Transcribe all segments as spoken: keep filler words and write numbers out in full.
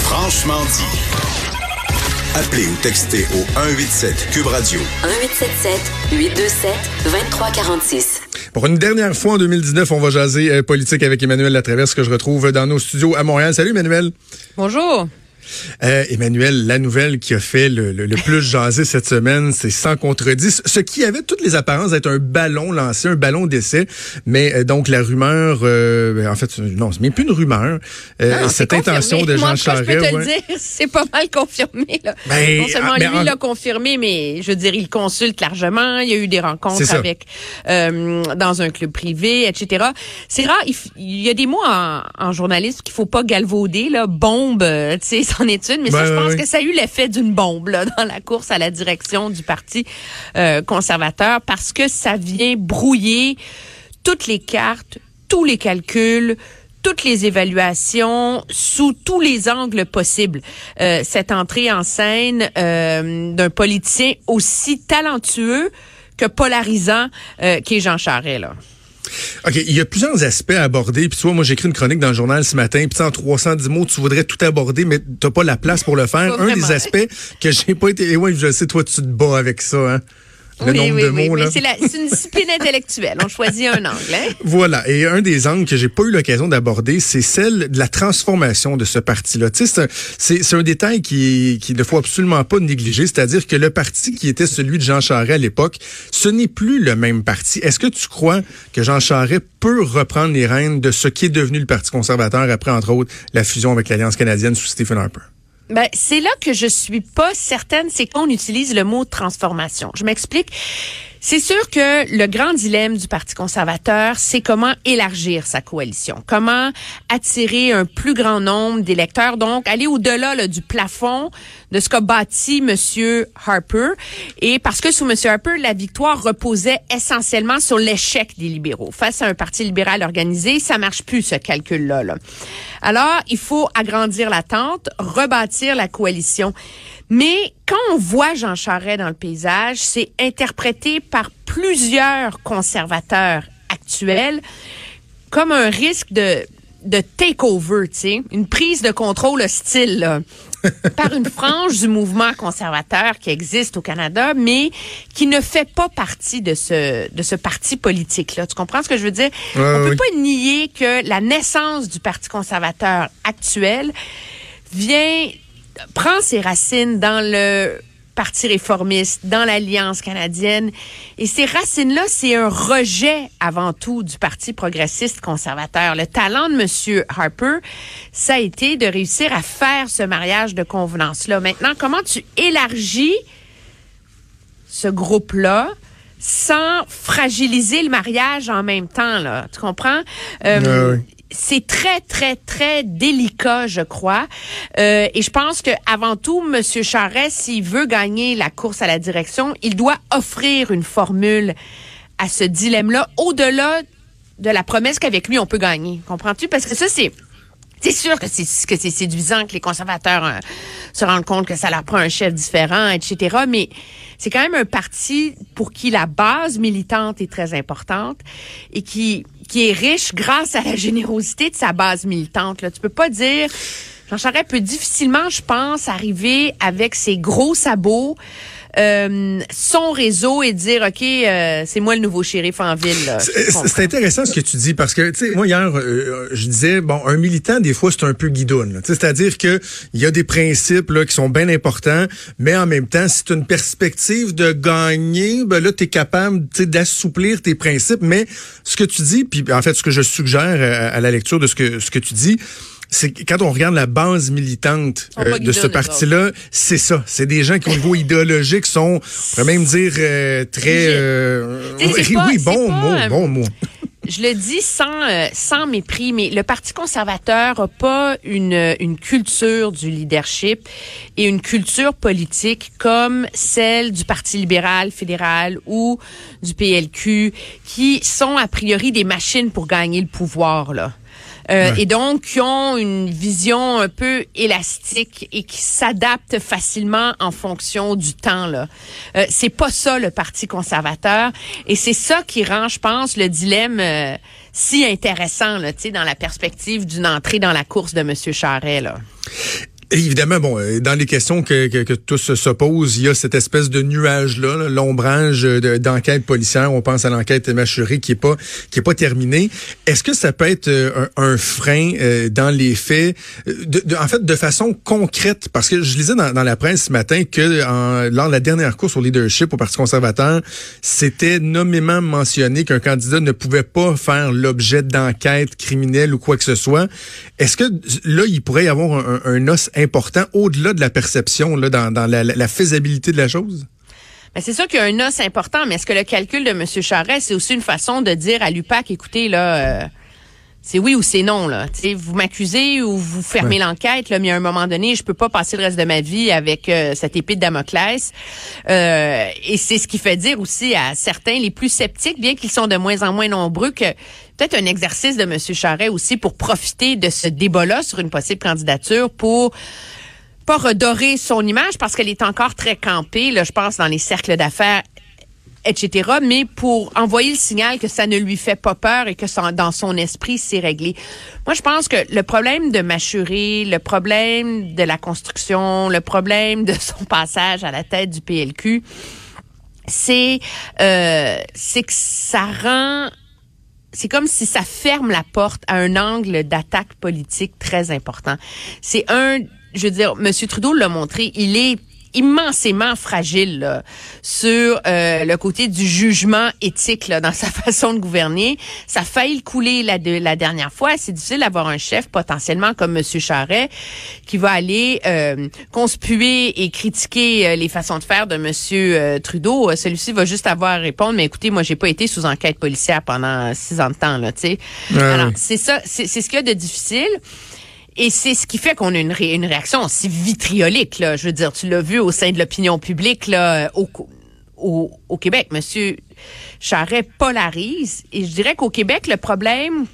Franchement dit. Appelez ou textez au un huit sept Cube Radio. un huit sept sept huit deux sept deux trois quatre six. Pour une dernière fois en deux mille dix-neuf, on va jaser euh, politique avec Emmanuel Latraverse que je retrouve dans nos studios à Montréal. Salut Emmanuel. Bonjour. Euh, Emmanuel, la nouvelle qui a fait le, le, le plus jaser cette semaine, c'est sans contredit. Ce qui avait toutes les apparences d'être un ballon lancé, un ballon d'essai, mais euh, donc la rumeur, euh, en fait, non, c'est même plus une rumeur. Euh, non, cette confirmé. intention de Moi, Jean Charest, je peux te ouais. le dire, c'est pas mal confirmé. Là. Ben, non seulement ah, lui en... l'a confirmé, mais je veux dire, il consulte largement. Il y a eu des rencontres avec euh, dans un club privé, et cetera. C'est rare. Il, f- il y a des mots en, en journalisme qu'il faut pas galvauder. Là, bombe, tu sais, c'en est une, mais ben, ça, je ouais, pense ouais. que ça a eu l'effet d'une bombe là, dans la course à la direction du Parti euh, conservateur parce que ça vient brouiller toutes les cartes, tous les calculs, toutes les évaluations sous tous les angles possibles. Euh, cette entrée en scène euh, d'un politicien aussi talentueux que polarisant euh, qu'est Jean Charest, là. OK, il y a plusieurs aspects à aborder. Puis tu vois, moi, j'ai écrit une chronique dans le journal ce matin. Puis en trois cent dix mots, tu voudrais tout aborder, mais t'as pas la place pour le faire. Un des aspects que j'ai pas été... Et ouais, je sais, toi, tu te bats avec ça, hein? Le oui, nombre oui, de oui, mots, mais là. c'est, la, c'est une discipline intellectuelle. On choisit un angle, hein? Voilà. Et un des angles que j'ai pas eu l'occasion d'aborder, c'est celle de la transformation de ce parti-là. Tu sais, c'est un, c'est, c'est un détail qui, qui ne faut absolument pas négliger. C'est-à-dire que le parti qui était celui de Jean Charest à l'époque, ce n'est plus le même parti. Est-ce que tu crois que Jean Charest peut reprendre les rênes de ce qui est devenu le Parti conservateur après, entre autres, la fusion avec l'Alliance canadienne sous Stephen Harper? Ben, c'est là que je suis pas certaine, c'est qu'on utilise le mot transformation. Je m'explique. C'est sûr que le grand dilemme du Parti conservateur, c'est comment élargir sa coalition, comment attirer un plus grand nombre d'électeurs, donc aller au-delà là, du plafond de ce qu'a bâti Monsieur Harper. Et parce que sous Monsieur Harper, la victoire reposait essentiellement sur l'échec des libéraux. Face à un parti libéral organisé, ça marche plus ce calcul-là. Là. Alors, il faut agrandir la tente, rebâtir la coalition. Mais quand on voit Jean Charest dans le paysage, c'est interprété par plusieurs conservateurs actuels comme un risque de, de take-over, tu sais, une prise de contrôle hostile là, par une frange du mouvement conservateur qui existe au Canada, mais qui ne fait pas partie de ce, de ce parti politique-là. Tu comprends ce que je veux dire? Ouais, on peut oui. pas nier que la naissance du Parti conservateur actuel vient... prend ses racines dans le Parti réformiste, dans l'Alliance canadienne. Et ces racines-là, c'est un rejet avant tout du Parti progressiste conservateur. Le talent de M. Harper, ça a été de réussir à faire ce mariage de convenance-là. Maintenant, comment tu élargis ce groupe-là sans fragiliser le mariage en même temps, là? Tu comprends? Euh, oui, oui. C'est très, très, très délicat, je crois. Euh, et je pense que avant tout, M. Charest, s'il veut gagner la course à la direction, il doit offrir une formule à ce dilemme-là, au-delà de la promesse qu'avec lui, on peut gagner. Comprends-tu? Parce que ça, c'est... C'est sûr que c'est, que c'est séduisant que les conservateurs euh, se rendent compte que ça leur prend un chef différent, et cetera. Mais c'est quand même un parti pour qui la base militante est très importante et qui qui est riche grâce à la générosité de sa base militante. Là, tu peux pas dire... Jean Charest peut difficilement, je pense, arriver avec ses gros sabots, euh, son réseau et dire, OK, euh, c'est moi le nouveau shérif en ville. Là, c'est, c'est intéressant ce que tu dis parce que, tu sais, moi hier, euh, je disais, bon, un militant, des fois, c'est un peu guidoune. Là, c'est-à-dire que il y a des principes là qui sont bien importants, mais en même temps, si tu as une perspective de gagner, ben là, tu es capable d'assouplir tes principes. Mais ce que tu dis, puis en fait, ce que je suggère à, à la lecture de ce que, ce que tu dis, c'est que quand on regarde la base militante euh, de ce parti-là, c'est ça. C'est des gens qui, au niveau idéologique, sont, on pourrait même dire, euh, très... Euh, oui, pas, oui, bon pas, mot, euh, bon mot. Je le dis sans euh, sans mépris, mais le Parti conservateur a pas une une culture du leadership et une culture politique comme celle du Parti libéral fédéral ou du P L Q, qui sont a priori des machines pour gagner le pouvoir, là. Euh, ouais. Et donc, qui ont une vision un peu élastique et qui s'adaptent facilement en fonction du temps, là. Euh, c'est pas ça, le Parti conservateur. Et c'est ça qui rend, je pense, le dilemme euh, si intéressant, là, tu sais, dans la perspective d'une entrée dans la course de M. Charest, là. Et évidemment, bon, dans les questions que, que, que tous se posent, il y a cette espèce de nuage-là, là, l'ombrage de, d'enquête policière. On pense à l'enquête Machuré qui est pas qui est pas terminée. Est-ce que ça peut être un, un frein euh, dans les faits, de, de, en fait, de façon concrète? Parce que je lisais dans, dans la presse ce matin que en, lors de la dernière course au leadership au Parti conservateur, c'était nommément mentionné qu'un candidat ne pouvait pas faire l'objet d'enquête criminelle ou quoi que ce soit. Est-ce que là, il pourrait y avoir un, un os important au-delà de la perception, là, dans, dans la, la faisabilité de la chose? Ben c'est sûr qu'il y a un os important, mais est-ce que le calcul de M. Charest, c'est aussi une façon de dire à l'U P A C, écoutez, là, euh, c'est oui ou c'est non, là. T'sais, vous m'accusez ou vous fermez ouais. l'enquête, là, mais à un moment donné, je peux pas passer le reste de ma vie avec euh, cette épée de Damoclès. Euh, et c'est ce qui fait dire aussi à certains, les plus sceptiques, bien qu'ils sont de moins en moins nombreux, que peut-être un exercice de M. Charest aussi pour profiter de ce débat-là sur une possible candidature pour pas redorer son image parce qu'elle est encore très campée, là, je pense, dans les cercles d'affaires, et cetera, mais pour envoyer le signal que ça ne lui fait pas peur et que ça, dans son esprit, c'est réglé. Moi, je pense que le problème de Machuré, le problème de la construction, le problème de son passage à la tête du P L Q, c'est, euh, c'est que ça rend... C'est comme si ça ferme la porte à un angle d'attaque politique très important. C'est un, je veux dire, M. Trudeau l'a montré, il est immensément fragile là, sur euh, le côté du jugement éthique là, dans sa façon de gouverner. Ça a failli couler la, de, la dernière fois. C'est difficile d'avoir un chef potentiellement comme M. Charest qui va aller euh, conspuer et critiquer euh, les façons de faire de M. Euh, Trudeau. Euh, celui-ci va juste avoir à répondre, mais écoutez, moi, j'ai pas été sous enquête policière pendant six ans de temps. Là, tu sais. Ouais, Alors, ouais. c'est ça, c'est, c'est ce qu'il y a de difficile. Et c'est ce qui fait qu'on a une, ré, une réaction aussi vitriolique, là. Je veux dire, tu l'as vu au sein de l'opinion publique, là, au, au, au Québec. Monsieur Charest polarise. Et je dirais qu'au Québec, le problème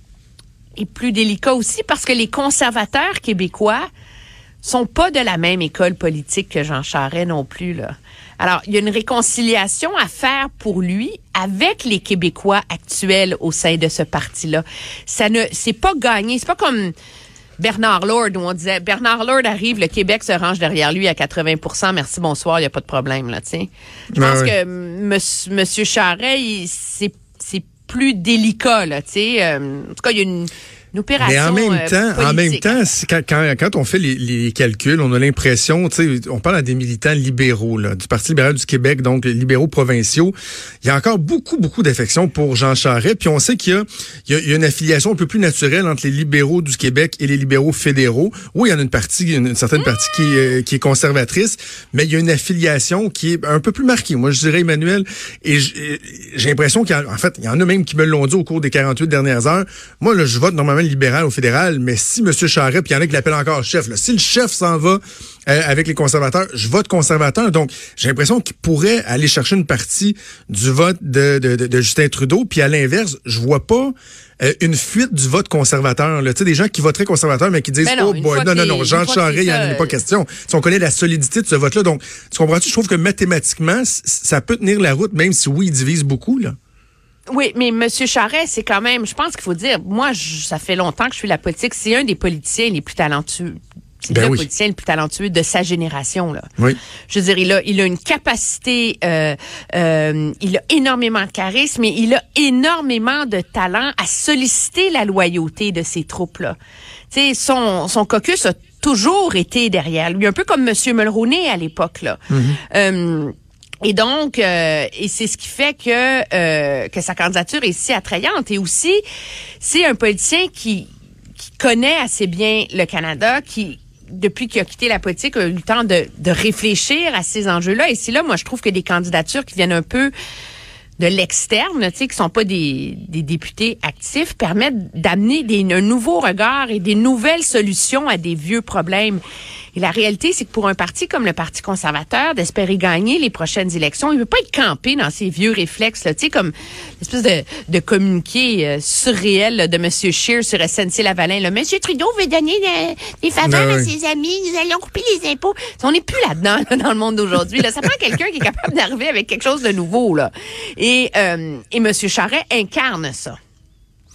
est plus délicat aussi parce que les conservateurs québécois sont pas de la même école politique que Jean Charest non plus, là. Alors, il y a une réconciliation à faire pour lui avec les Québécois actuels au sein de ce parti-là. Ça ne, c'est pas gagné. C'est pas comme Bernard Lord, où on disait, Bernard Lord arrive, le Québec se range derrière lui à quatre-vingts pour cent, merci, bonsoir, il n'y a pas de problème, là, tu sais. Je pense ah oui. que monsieur, monsieur Charest, il, c'est, c'est plus délicat, là, tu sais. Euh, en tout cas, il y a une... Une opération, mais en même euh, temps, politique. en même temps, quand, quand, quand on fait les, les calculs, on a l'impression, tu sais, on parle à des militants libéraux, là, du Parti libéral du Québec, donc les libéraux provinciaux. Il y a encore beaucoup, beaucoup d'affection pour Jean Charest. Puis on sait qu'il y a, il y a, il y a une affiliation un peu plus naturelle entre les libéraux du Québec et les libéraux fédéraux. Oui, il y en a une partie, une, une certaine partie qui est, qui est conservatrice, mais il y a une affiliation qui est un peu plus marquée. Moi, je dirais, Emmanuel, et j'ai l'impression qu'il y a, en fait, il y en a même qui me l'ont dit au cours des quarante-huit dernières heures. Moi, là, je vote normalement libéral au fédéral, mais si M. Charest, puis il y en a qui l'appellent encore chef, là, si le chef s'en va euh, avec les conservateurs, je vote conservateur. Donc, j'ai l'impression qu'il pourrait aller chercher une partie du vote de, de, de, de Justin Trudeau. Puis à l'inverse, je vois pas euh, une fuite du vote conservateur. Tu sais, des gens qui voteraient conservateur, mais qui disent, non, oh boy, non, non, non, Jean Charest, il n'y en a pas question. Si on connaît la solidité de ce vote-là. Donc, tu comprends-tu? Je trouve que mathématiquement, ça peut tenir la route, même si oui, il divise beaucoup, là. Oui, mais M. Charest, c'est quand même, je pense qu'il faut dire, moi, je, ça fait longtemps que je suis la politique, c'est un des politiciens les plus talentueux. C'est ben le oui. politicien le plus talentueux de sa génération, là. Oui. Je veux dire, il a, il a une capacité, euh, euh, il a énormément de charisme, mais il a énormément de talent à solliciter la loyauté de ses troupes-là. Tu sais, son, son caucus a toujours été derrière lui, un peu comme M. Mulroney à l'époque, là. Mm-hmm. Euh, Et donc, euh, et c'est ce qui fait que euh, que sa candidature est si attrayante. Et aussi, c'est un politicien qui, qui connaît assez bien le Canada, qui, depuis qu'il a quitté la politique, a eu le temps de, de réfléchir à ces enjeux-là. Et c'est là, moi, je trouve que des candidatures qui viennent un peu de l'externe, tu sais, qui sont pas des, des députés actifs, permettent d'amener des, un nouveau regard et des nouvelles solutions à des vieux problèmes. Et la réalité, c'est que pour un parti comme le Parti conservateur, d'espérer gagner les prochaines élections, il ne veut pas être campé dans ces vieux réflexes, là, tu sais, comme l'espèce de, de communiqué euh, surréel là, de M. Scheer sur S N C-Lavalin. Là. M. Trudeau veut donner de, des faveurs ben à oui. ses amis, nous allons couper les impôts. On n'est plus là-dedans là, dans le monde d'aujourd'hui. Là. Ça prend quelqu'un qui est capable d'arriver avec quelque chose de nouveau. Là. Et, euh, et M. Charest incarne ça.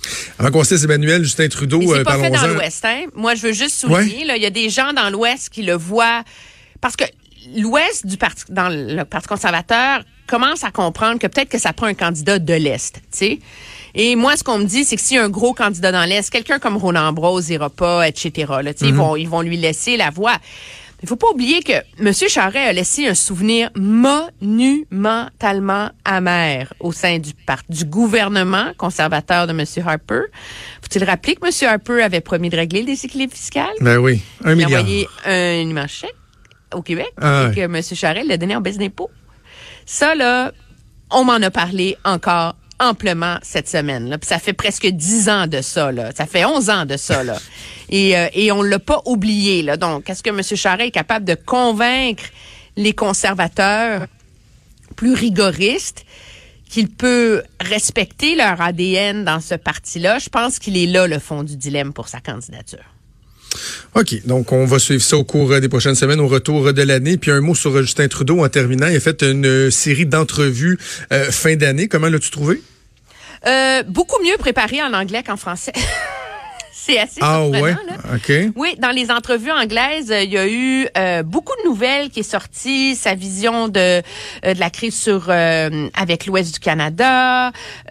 Avant qu'on se laisse, Emmanuel, Justin Trudeau, Mais c'est pas parlons-en. fait dans l'Ouest, hein. Moi, je veux juste souligner, Ouais. là, il y a des gens dans l'Ouest qui le voient, parce que l'Ouest du parti, dans le Parti conservateur, commence à comprendre que peut-être que ça prend un candidat de l'Est, tu sais. Et moi, ce qu'on me dit, c'est que s'il y a un gros candidat dans l'Est, quelqu'un comme Ronan Ambrose n'ira pas, et cetera, là, tu sais, mm-hmm. ils vont, ils vont lui laisser la voie. Il faut pas oublier que M. Charest a laissé un souvenir monumentalement amer au sein du, du gouvernement conservateur de M. Harper. Faut-il rappeler que M. Harper avait promis de régler le déséquilibre fiscal? Ben oui, un Il milliard. Il a envoyé un immense chèque au Québec ah, et ouais. que M. Charest l'a donné en baisse d'impôts. Ça, là, on m'en a parlé encore amplement cette semaine. Là. Puis ça fait presque dix ans de ça. Là. Ça fait onze ans de ça. Là. Et, euh, et on l'a pas oublié. Là. Donc, est-ce que M. Charest est capable de convaincre les conservateurs plus rigoristes qu'il peut respecter leur A D N dans ce parti-là? Je pense qu'il est là le fond du dilemme pour sa candidature. OK. Donc, on va suivre ça au cours des prochaines semaines, au retour de l'année. Puis un mot sur Justin Trudeau en terminant. Il a fait une série d'entrevues euh, fin d'année. Comment l'as-tu trouvé? Euh, beaucoup mieux préparé en anglais qu'en français. C'est assez ah, surprenant. Ouais? Là. OK. Oui, dans les entrevues anglaises, il y a eu euh, beaucoup de nouvelles qui est sorties, sa vision de euh, de la crise sur euh, avec l'Ouest du Canada,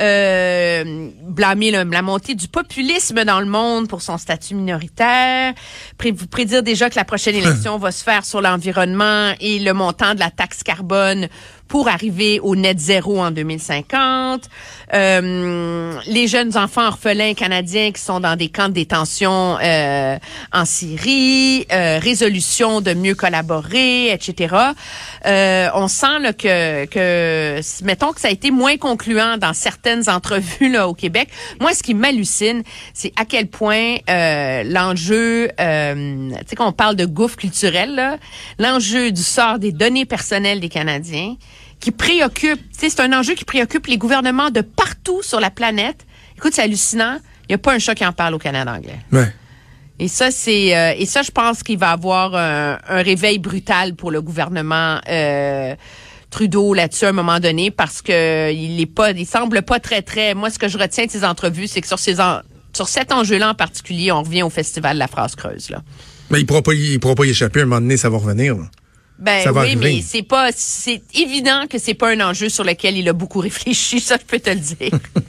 euh, blâmer le, la montée du populisme dans le monde pour son statut minoritaire, pré- vous prédire déjà que la prochaine élection va se faire sur l'environnement et le montant de la taxe carbone pour arriver au net zéro en deux mille cinquante. Euh, les jeunes enfants orphelins canadiens qui sont dans des camps de détention euh, en Syrie, euh, résolution de mieux collaborer, et cetera. Euh, on sent là, que, que, mettons que ça a été moins concluant dans certaines entrevues là au Québec. Moi, ce qui m'hallucine, c'est à quel point euh, l'enjeu, euh, tu sais, quand on parle de gouffre culturel, là, l'enjeu du sort des données personnelles des Canadiens, qui préoccupe, tu sais, c'est un enjeu qui préoccupe les gouvernements de partout sur la planète. Écoute, c'est hallucinant. Il n'y a pas un chat qui en parle au Canada anglais. Ouais. Et ça, c'est euh, et ça, je pense qu'il va avoir un, un réveil brutal pour le gouvernement euh, Trudeau là-dessus à un moment donné, parce que il est pas, il semble pas très très. Moi, ce que je retiens de ces entrevues, c'est que sur ces en, sur cet enjeu-là en particulier, on revient au festival de la phrase creuse là. Mais il pourra pas, il pourra pas y échapper. À un moment donné, ça va revenir. Là. Ben ça va oui, arriver. mais c'est pas, c'est évident que c'est pas un enjeu sur lequel il a beaucoup réfléchi, ça je peux te le dire.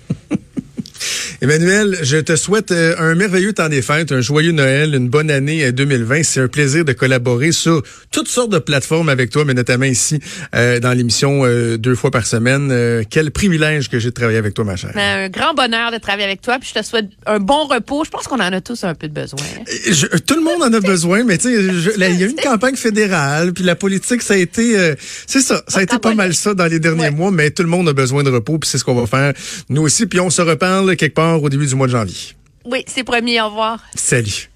Emmanuel, je te souhaite euh, un merveilleux temps des fêtes, un joyeux Noël, une bonne année deux mille vingt. C'est un plaisir de collaborer sur toutes sortes de plateformes avec toi, mais notamment ici euh, dans l'émission euh, deux fois par semaine. Euh, quel privilège que j'ai de travailler avec toi, ma chère. Un grand bonheur de travailler avec toi, puis je te souhaite un bon repos. Je pense qu'on en a tous un peu de besoin. Hein? Je, tout le monde en a besoin, mais tu sais, il y a eu une campagne fédérale, puis la politique, ça a été, euh, c'est ça, ça a été pas mal ça dans les derniers ouais. mois, mais tout le monde a besoin de repos, puis c'est ce qu'on va faire nous aussi, puis on se reparle quelque part au début du mois de janvier. Oui, c'est promis. Au revoir. Salut.